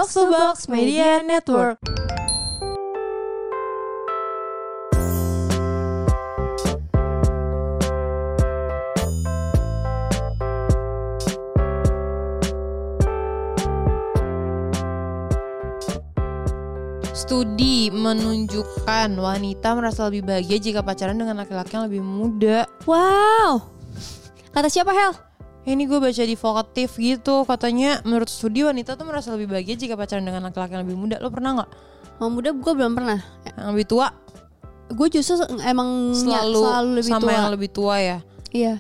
Box to Box Media Network. Studi menunjukkan wanita merasa lebih bahagia jika pacaran dengan laki-laki yang lebih muda. Wow. Kata siapa, Hel? Ini gue baca di Vokatif gitu. Katanya menurut studi wanita tuh merasa lebih bahagia jika pacaran dengan laki-laki yang lebih muda. Lo pernah gak? Yang muda gue belum pernah. Yang lebih tua? Gue justru emang Selalu lebih sama tua. yang lebih tua ya? Iya.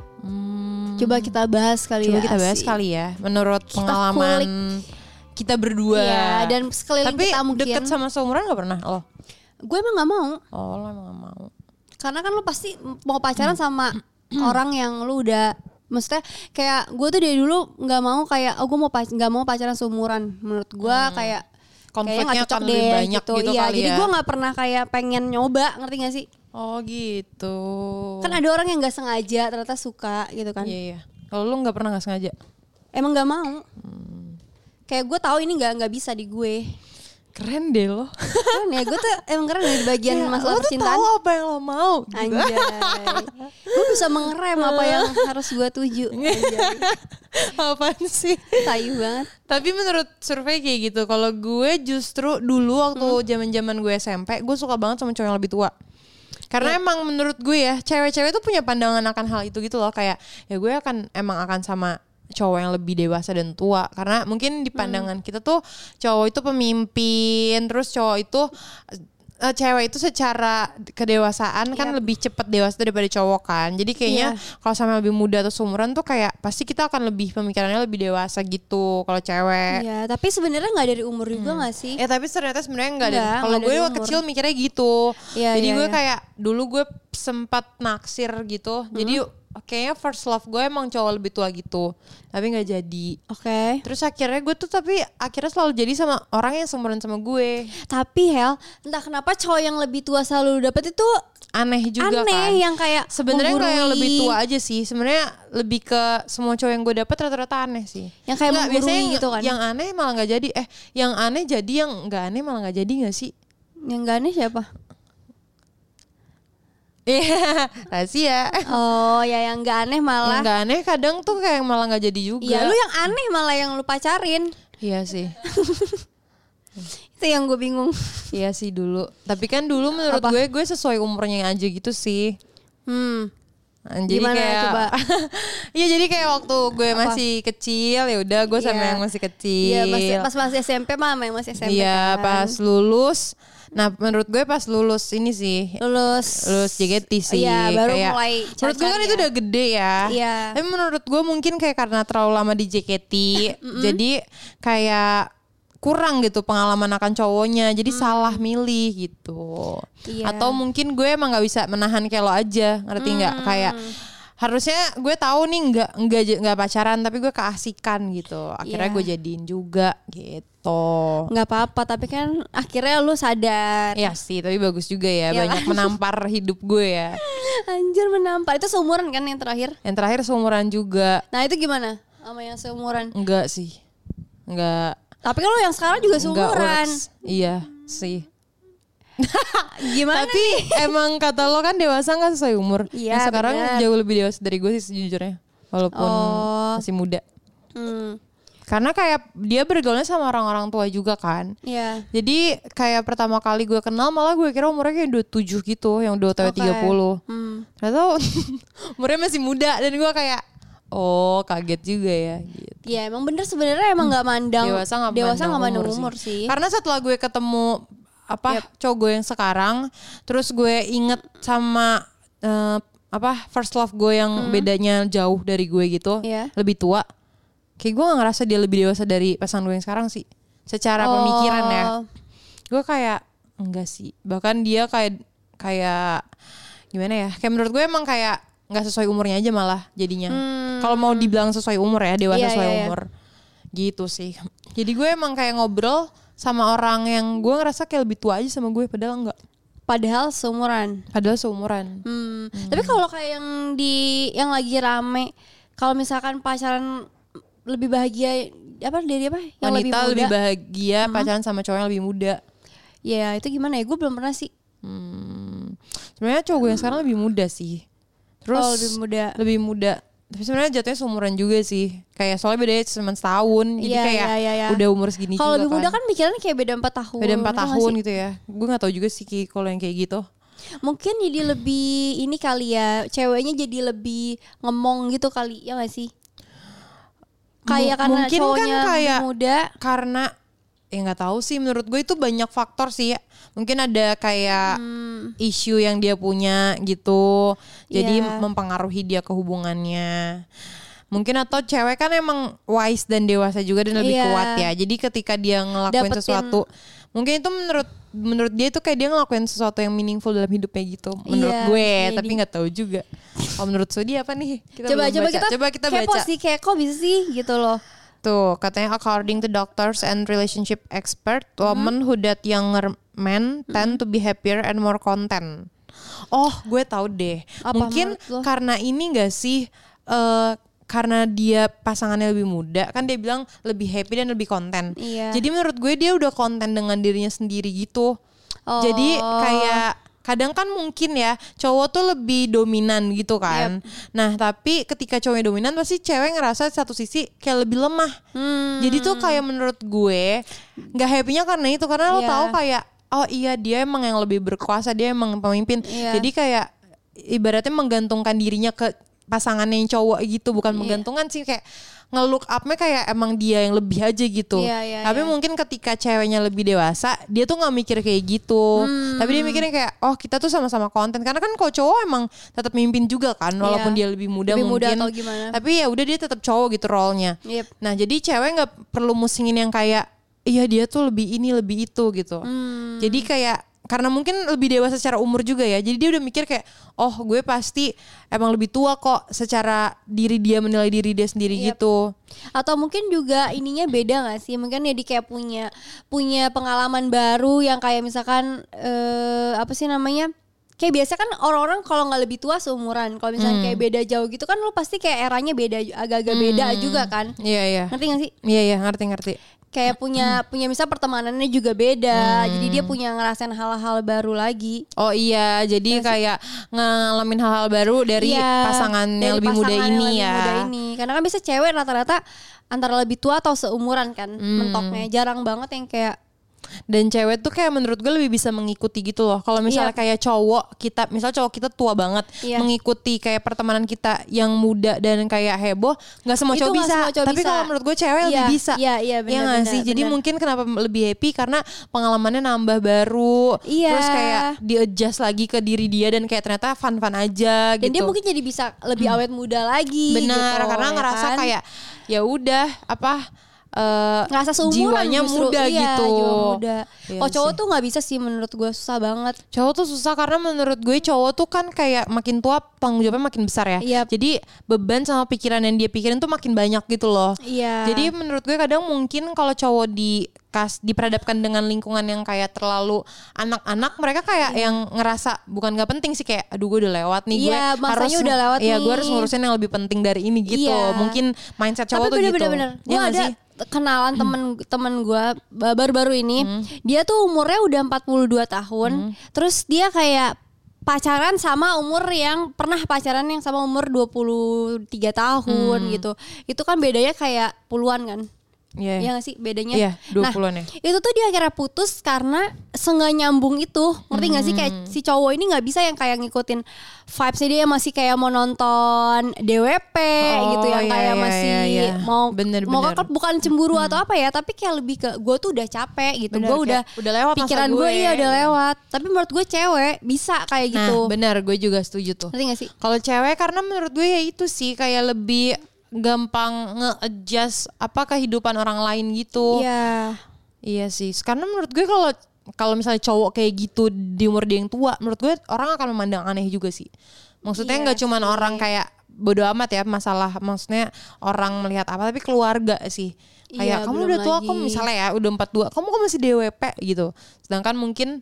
Coba kita bahas kali Coba ya. kita bahas kali ya. Menurut Kita pengalaman kita berdua. Iya, dan sekeliling tapi kita mungkin. Tapi deket sama seumuran gak pernah lo? Gue emang gak mau. Oh, lo emang gak mau. Karena kan lo pasti mau pacaran sama orang yang lo udah, maksudnya kayak gue tuh dari dulu nggak mau kayak gue nggak mau pacaran seumuran. Menurut gue kayak konfliknya nggak cocok akan deh lebih banyak gitu Iya, kali jadi ya. gue nggak pernah kayak pengen nyoba, ngerti gak sih? Oh gitu. Kan ada orang yang nggak sengaja ternyata suka gitu kan. Iya. Kalau lu nggak pernah nggak sengaja? Emang nggak mau. Kayak gue tahu ini nggak bisa di gue. Keren deh lo. Kan ya gue tuh emang keren di bagian masalah lo tuh percintaan. tahu apa yang lo mau. Anjay. Gue bisa mengerem apa yang harus gue tuju. Apaan sih? Tayu banget. Tapi menurut survei kayak gitu. Kalau gue justru dulu waktu zaman-zaman gue SMP, gue suka banget sama cowok yang lebih tua. Karena emang menurut gue ya, cewek-cewek tuh punya pandangan akan hal itu gitu loh. Kayak ya gue akan sama cowok yang lebih dewasa dan tua. Karena mungkin di pandangan kita tuh cowok itu pemimpin, terus cowok itu cewek itu secara kedewasaan kan lebih cepat dewasa daripada cowok kan. Jadi kayaknya kalau sama lebih muda atau seumuran tuh kayak pasti kita akan lebih pemikirannya lebih dewasa gitu kalau cewek. Iya, tapi sebenarnya nggak dari umur juga nggak sih? Ya tapi ternyata sebenarnya enggak deh. Nggak Kalau gue dari waktu umur. kecil mikirnya gitu. Iya, Jadi iya, gue iya. kayak dulu gue sempat naksir gitu. Jadi kayaknya first love gue emang cowok lebih tua gitu. Tapi nggak jadi. Oke. Terus akhirnya gue tuh akhirnya selalu jadi sama orang yang seumuran sama gue. Tapi Hel, entah kenapa cowok yang lebih tua selalu dapet itu Aneh juga aneh kan. yang kayak Sebenarnya nggak yang lebih menggurui. tua aja sih. Sebenarnya lebih ke semua cowok yang gue dapet rata-rata aneh sih. Yang kayak Nggak, menggurui biasanya gitu kan. Yang aneh malah nggak jadi. Yang aneh jadi, yang nggak aneh malah nggak jadi nggak sih? Yang gak aneh siapa? Iya, rahasia. Oh ya, yang gak aneh Yang malah. gak aneh kadang tuh kayak malah gak jadi juga. Iya, lu yang aneh malah yang lu pacarin. Iya sih. Itu yang gue bingung. Iya sih dulu. Tapi kan dulu menurut Apa? gue sesuai umurnya aja gitu sih. Jadi Gimana, kayak coba? Iya, jadi kayak waktu gue masih kecil ya udah gue sama Iya. yang masih kecil. Iya, pas masih SMP mah sama yang masih SMP Iya, kan. pas lulus. Nah, menurut gue pas lulus ini sih lulus JKT sih. Iya, baru kayak, mulai menurut gue kan cari-cari itu ya. udah gede ya. Iya. Tapi menurut gue mungkin kayak karena terlalu lama di JKT, jadi kayak kurang gitu pengalaman akan cowoknya, jadi salah milih gitu. Iya. Atau mungkin gue emang nggak bisa menahan kayak lo aja, ngerti nggak? Kayak harusnya gue tahu nih nggak pacaran tapi gue keasikan gitu. Akhirnya Iya. gue jadiin juga gitu. Nggak apa-apa, tapi kan akhirnya lu sadar. Ya sih, tapi bagus juga ya, Iya banyak kan? menampar hidup gue ya. Anjir, menampar. Itu seumuran kan yang terakhir? Yang terakhir seumuran juga. Nah itu gimana sama yang seumuran? Enggak sih. Enggak. Tapi kalau yang sekarang juga Enggak seumuran. works. Iya sih. Gimana Tapi emang kata lo kan dewasa gak sesuai umur. Iya, Yang sekarang bener. jauh lebih dewasa dari gue sih sejujurnya. Walaupun masih muda. Karena kayak dia bergaulnya sama orang-orang tua juga kan. Iya. Jadi kayak pertama kali gue kenal malah gue kira umurnya kayak 27 gitu. Yang udah OTW 30. Ternyata umurnya masih muda. Dan gue kayak kaget juga ya gitu. Ya emang bener sebenarnya emang nggak mandang Dewasa nggak mandang mandang umur sih. Karena setelah gue ketemu cowok gue yang sekarang, terus gue inget sama first love gue yang bedanya jauh dari gue gitu, Iya. lebih tua. Kayak gue gak ngerasa dia lebih dewasa dari pasangan gue yang sekarang sih. Secara pemikiran ya. Gue kayak enggak sih. Bahkan dia kayak gimana ya? Kayak menurut gue emang kayak nggak sesuai umurnya aja malah jadinya. Kalau mau dibilang sesuai umur ya, dewasa sesuai umur. Gitu sih. Jadi gue emang kayak ngobrol sama orang yang gue ngerasa kayak lebih tua aja sama gue, padahal enggak. Padahal seumuran. Tapi Tapi kalau kayak yang lagi rame, kalau misalkan pacaran lebih bahagia Yang wanita lebih lebih muda. bahagia pacaran sama cowok yang lebih muda. Ya itu gimana ya? Gue belum pernah sih. Sebenarnya cowok gue yang sekarang lebih muda sih. Terus lebih muda. Tapi sebenarnya jatuhnya seumuran juga sih. Kayak soalnya bedanya cuma setahun. Jadi kayak udah umur segini juga. Kalau lebih muda kan mikirnya kayak beda 4 tahun. Beda 4 tahun gitu ya. Gue gak tahu juga sih kalau yang kayak gitu. Mungkin jadi lebih ini kali ya, ceweknya jadi lebih ngemong gitu kali, ya gak sih? Kayak karena mungkin cowoknya kan kayak muda. Karena ya nggak tahu sih, menurut gue itu banyak faktor sih ya. Mungkin ada kayak isu yang dia punya gitu, jadi mempengaruhi dia ke hubungannya. Mungkin atau cewek kan emang wise dan dewasa juga dan lebih kuat ya. Jadi ketika dia ngelakuin sesuatu, mungkin itu menurut dia itu kayak dia ngelakuin sesuatu yang meaningful dalam hidupnya gitu. Menurut gue, tapi nggak tahu juga. Kalau menurut Sudi apa nih? Coba kita baca. Kepo sih, kayak kok bisa sih gitu loh. Tuh, katanya according to doctors and relationship expert, women who date younger men tend to be happier and more content. Oh, gue tahu deh. Mungkin karena ini gak sih, karena dia pasangannya lebih muda, kan dia bilang lebih happy dan lebih konten. Jadi menurut gue dia udah konten dengan dirinya sendiri gitu. Jadi kayak kadang kan mungkin ya cowok tuh lebih dominan gitu kan. Nah tapi ketika cowoknya dominan pasti cewek ngerasa satu sisi kayak lebih lemah. Jadi tuh kayak menurut gue gak happy-nya karena itu. Karena lo tahu kayak oh iya dia emang yang lebih berkuasa, dia emang pemimpin. Jadi kayak ibaratnya menggantungkan dirinya ke pasangannya yang cowok gitu. Bukan menggantungkan sih, kayak nge-look up-nya kayak emang dia yang lebih aja gitu. Tapi mungkin ketika ceweknya lebih dewasa, dia tuh gak mikir kayak gitu. Tapi dia mikirnya kayak oh kita tuh sama-sama konten. Karena kan kalau cowok emang tetap mimpin juga kan, walaupun dia lebih muda mungkin. Atau gimana. Tapi ya udah dia tetap cowok gitu role-nya. Nah jadi cewek gak perlu musingin yang kayak iya dia tuh lebih ini lebih itu gitu. Jadi kayak karena mungkin lebih dewasa secara umur juga ya. Jadi dia udah mikir kayak oh gue pasti emang lebih tua kok, secara menilai diri dia sendiri gitu. Atau mungkin juga ininya beda gak sih? Mungkin jadi kayak punya pengalaman baru yang kayak misalkan apa sih namanya? Kayak biasa kan orang-orang kalau nggak lebih tua seumuran. Kalau misalnya kayak beda jauh gitu kan lu pasti kayak eranya beda, agak-agak beda juga kan? Iya. Ngerti gak sih? Iya ngerti. Kayak punya misal pertemanannya juga beda. Jadi dia punya ngerasain hal-hal baru lagi. Oh iya, jadi kayak ngalamin hal-hal baru dari pasangan yang lebih muda ini ya. Karena kan bisa cewek rata-rata antara lebih tua atau seumuran kan mentoknya. Jarang banget yang kayak. Dan cewek tuh kayak menurut gue lebih bisa mengikuti gitu loh. Kalau misalnya kayak cowok kita tua banget mengikuti kayak pertemanan kita yang muda dan kayak heboh, nggak semua cowok bisa. Tapi kalau menurut gue cewek lebih bisa. Iya benar. Sih. Jadi mungkin kenapa lebih happy karena pengalamannya nambah baru. Terus kayak di-adjust lagi ke diri dia dan kayak ternyata fun-fun aja. Dan gitu. dia mungkin jadi bisa lebih awet muda lagi. Benar, gitu, karena ngerasa kan? kayak ya udah ngerasa seumuran jiwanya justru. muda gitu. Jiwa muda. Iya Cowok tuh nggak bisa sih menurut gue, susah banget. Cowok tuh susah karena menurut gue cowok tuh kan kayak makin tua tanggung jawabnya makin besar ya. Jadi beban sama pikiran yang dia pikirin tuh makin banyak gitu loh. Jadi menurut gue kadang mungkin kalau cowok diperadapkan dengan lingkungan yang kayak terlalu anak-anak, mereka kayak yang ngerasa bukan gak penting sih, kayak aduh gue udah lewat nih, gue harus udah lewat nih. Gue harus ngurusin yang lebih penting dari ini gitu. Mungkin mindset cowok tuh gitu. Bener-bener. Gue ada kenalan temen gue baru-baru ini, dia tuh umurnya udah 42 tahun, terus dia kayak pacaran sama umur yang pernah pacaran yang sama umur 23 tahun gitu. Itu kan bedanya kayak puluhan kan. Ya gak sih bedanya? Iya, 20-an ya. Itu tuh dia akhirnya putus karena senggak nyambung itu. Ngerti gak sih? Kayak si cowok ini gak bisa yang kayak ngikutin vibes-nya, dia masih kayak mau nonton DWP gitu, yang kayak masih mau bukan cemburu atau apa ya, tapi kayak lebih ke gue tuh udah capek gitu. Gue udah lewat pikiran gue udah lewat. Tapi menurut gue cewek bisa kayak gitu. Nah benar, gue juga setuju tuh. Ngerti gak sih? Kalau cewek karena menurut gue ya itu sih kayak lebih gampang nge-adjust kehidupan orang lain gitu. Iya sih. Karena menurut gue kalau misalnya cowok kayak gitu di umur dia yang tua, menurut gue orang akan memandang aneh juga sih. Maksudnya nggak cuman orang kayak bodo amat ya masalah, maksudnya orang melihat apa, tapi keluarga sih. Kayak kamu udah tua, kamu misalnya ya udah 42, kamu kok masih DWP gitu. Sedangkan mungkin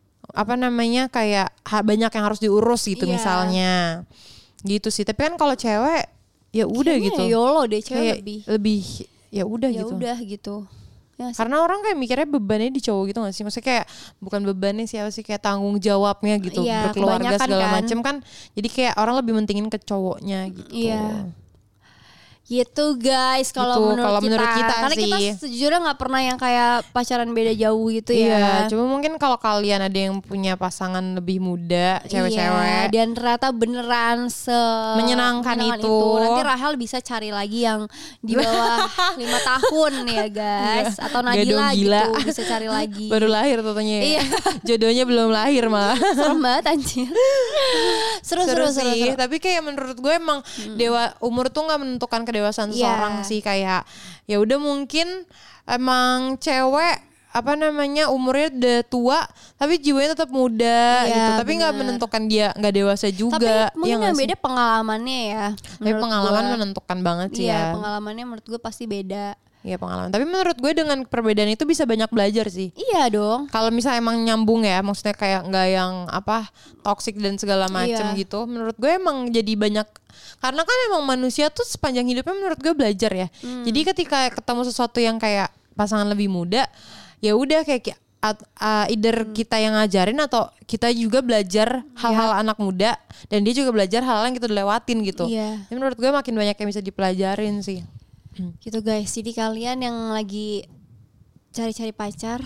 kayak banyak yang harus diurus gitu misalnya. Gitu sih. Tapi kan kalau cewek ya udah gitu. YOLO deh, cewek lebih ya udah ya gitu. udah gitu. Ya, Karena orang kayak mikirnya bebannya di cowok gitu gak sih? Maksudnya kayak bukan bebannya sih, apa sih, kayak tanggung jawabnya gitu, Iya, berkeluarga kebanyakan segala kan. macem kan. Jadi kayak orang lebih mentingin ke cowoknya gitu. Iya. Gitu guys kalau Gitu, menurut, menurut kita Karena kita sih. sejujurnya nggak pernah yang kayak pacaran beda jauh gitu Iya, ya. cuma mungkin kalau kalian ada yang punya pasangan lebih muda, cewek-cewek, Iya, dan ternyata beneran menyenangkan itu. Nanti Rahel bisa cari lagi yang di bawah 5 tahun ya guys. Atau Gak Nabila dong, gila. gitu bisa cari lagi. baru lahir tentunya ya. Iya. Jodohnya belum lahir malah. Serem banget anjir. Seru sih. Tapi kayak menurut gue emang umur tuh nggak menentukan kedewasaan seseorang sih. Kayak ya udah mungkin emang cewek apa namanya umurnya udah tua tapi jiwanya tetap muda Iya, gitu. Tapi nggak bener. menentukan dia nggak dewasa juga. Tapi mungkin nggak yang sih? beda pengalamannya ya. Tapi menurut pengalaman gua. menentukan banget sih Iya, ya. pengalamannya menurut gue pasti beda. Iya pengalaman. Tapi menurut gue dengan perbedaan itu bisa banyak belajar sih. Iya dong. Kalau misalnya emang nyambung ya, maksudnya kayak nggak yang apa toksik dan segala macem Iya. gitu. Menurut gue emang jadi banyak. Karena kan emang manusia tuh sepanjang hidupnya menurut gue belajar ya. Jadi ketika ketemu sesuatu yang kayak pasangan lebih muda, ya udah kayak either kita yang ngajarin atau kita juga belajar hal-hal anak muda dan dia juga belajar hal-hal yang kita udah lewatin gitu. Iya. Jadi menurut gue makin banyak yang bisa dipelajarin sih. Gitu guys. Jadi kalian yang lagi cari-cari pacar,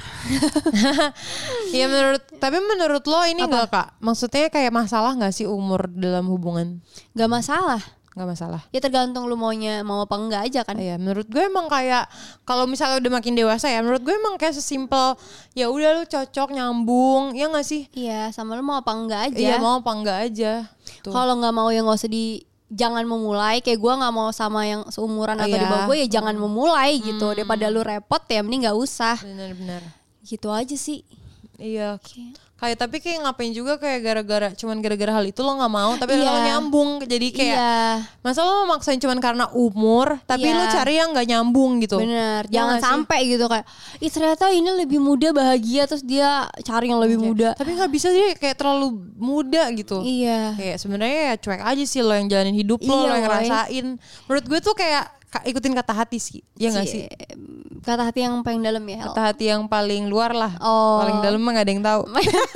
Ya tapi menurut lo ini enggak Kak? Maksudnya kayak masalah enggak sih umur dalam hubungan? gak masalah. Enggak masalah. Ya tergantung lu mau apa enggak aja kan. Iya, menurut gue emang kayak kalau misalnya udah makin dewasa ya, menurut gue emang kayak sesimpel ya udah lu cocok nyambung, ya enggak sih? Iya, sama lu mau apa enggak aja. Iya, mau apa enggak aja. Tuh. Kalau nggak mau ya nggak usah jangan memulai. Kayak gue nggak mau sama yang seumuran atau di Iya. bawah gue ya jangan memulai gitu. Daripada lu repot ya mending nggak usah. Benar-benar. Gitu aja sih. Iya. Oke. Kayak tapi kayak ngapain juga kayak cuman gara-gara hal itu lo nggak mau tapi Iya. lo nyambung. Jadi kayak Iya. masa lo maksain cuman karena umur tapi Iya. lo cari yang nggak nyambung gitu. Bener, Ya jangan nggak sih? sampai gitu kayak ih ternyata ini lebih muda bahagia terus dia cari yang lebih muda. Tapi nggak bisa sih kayak terlalu muda gitu. Iya. Kayak sebenarnya ya cuek aja sih lo yang jalanin hidup lo, Iya, lo yang woy. ngerasain. Menurut gue tuh kayak ikutin kata hati sih, ya nggak sih? Kata hati yang paling dalam ya. Kata hati yang paling luar lah, Oh. paling dalam mah nggak ada yang tahu.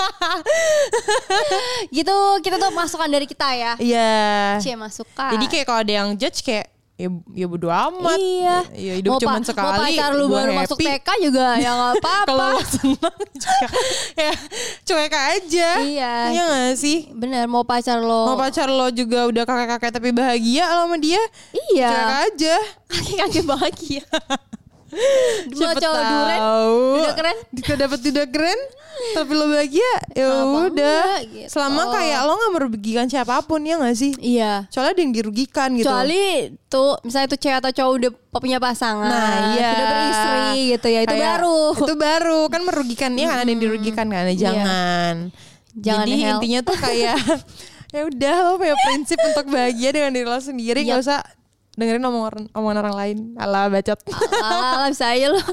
Gitu kita tuh masukan dari kita ya. Iya. Cie masukan. Jadi kayak kalau ada yang judge kayak ya bodo amat. Iya. Ya hidup cuman sekali. Mau pacar lu gua baru happy. masuk TK juga ya nggak apa-apa. Kalau lo seneng juga ya cuek aja. Iya. Iya gak sih? Bener mau pacar lo. Mau pacar lo juga udah kakek-kakek tapi bahagia lo sama dia. Iya. Cuek aja. Kaki-kaki bahagia. Dua Cepet cowok duren. tahu. Udah keren. Kita dapat udah keren. Tapi lo bahagia ya Apa udah. enggak, gitu. Selama kayak lo gak merugikan siapapun ya gak sih? Iya. Soalnya ada yang dirugikan gitu. Kecuali tuh misalnya tuh cewek atau cowok udah punya pasangan, Nah, iya. udah beristri gitu ya, itu Kayak, baru. Itu baru kan merugikan ya kan ada yang dirugikan kan. Jangan. Jangan Jadi hell. intinya tuh kayak ya udah lo punya prinsip untuk bahagia dengan diri lo sendiri, nggak usah dengerin omongan orang lain. Alah bacot. Alah bisa aja lo.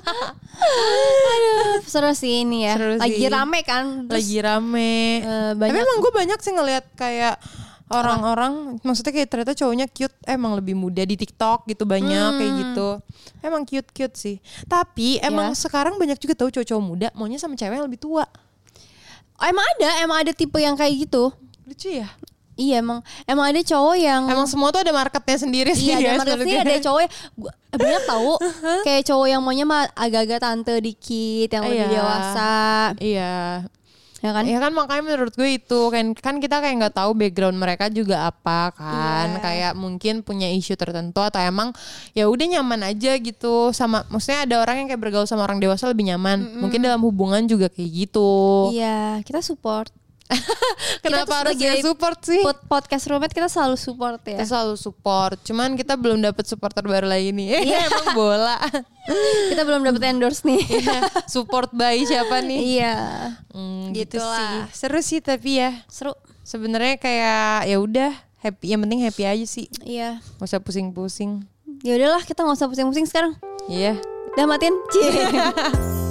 Aduh, seru sih ini ya. Seru Lagi sih. rame kan. Terus, Lagi rame. Tapi banyak. emang gue banyak sih ngeliat kayak orang-orang, maksudnya kayak ternyata cowoknya cute, emang lebih muda di TikTok gitu banyak kayak gitu. Emang cute sih. Tapi emang sekarang banyak juga tahu cowok-cowok muda maunya sama cewek yang lebih tua. Oh, emang ada tipe yang kayak gitu. Lucu ya. Iya emang ada cowok yang Emang semua tuh ada marketnya sendiri sih. iya ya, ada marketnya, ada cowok yang banyak tahu kayak cowok yang maunya mah agak-agak tante dikit yang lebih Iya. dewasa Iya. ya kan. Ya kan makanya menurut gue itu kan kita kayak nggak tahu background mereka juga apa kan. Iya. Kayak mungkin punya isu tertentu atau emang ya udah nyaman aja gitu sama, maksudnya ada orang yang kayak bergaul sama orang dewasa lebih nyaman. Mungkin dalam hubungan juga kayak gitu. Iya kita support. Kenapa harus sebagai support sih? Podcast Roommate kita selalu support ya. Kita selalu support. Cuman kita belum dapet supporter baru lagi nih. Emang bola. Kita belum dapet endorse nih. Support by siapa nih? Iya. Gitu Gitulah. sih. Seru sih tapi ya. Seru. Sebenarnya kayak ya udah happy, yang penting happy aja sih. Iya. Gak usah pusing-pusing. Ya udahlah kita nggak usah pusing-pusing sekarang. Iya. Udah matiin. Cie.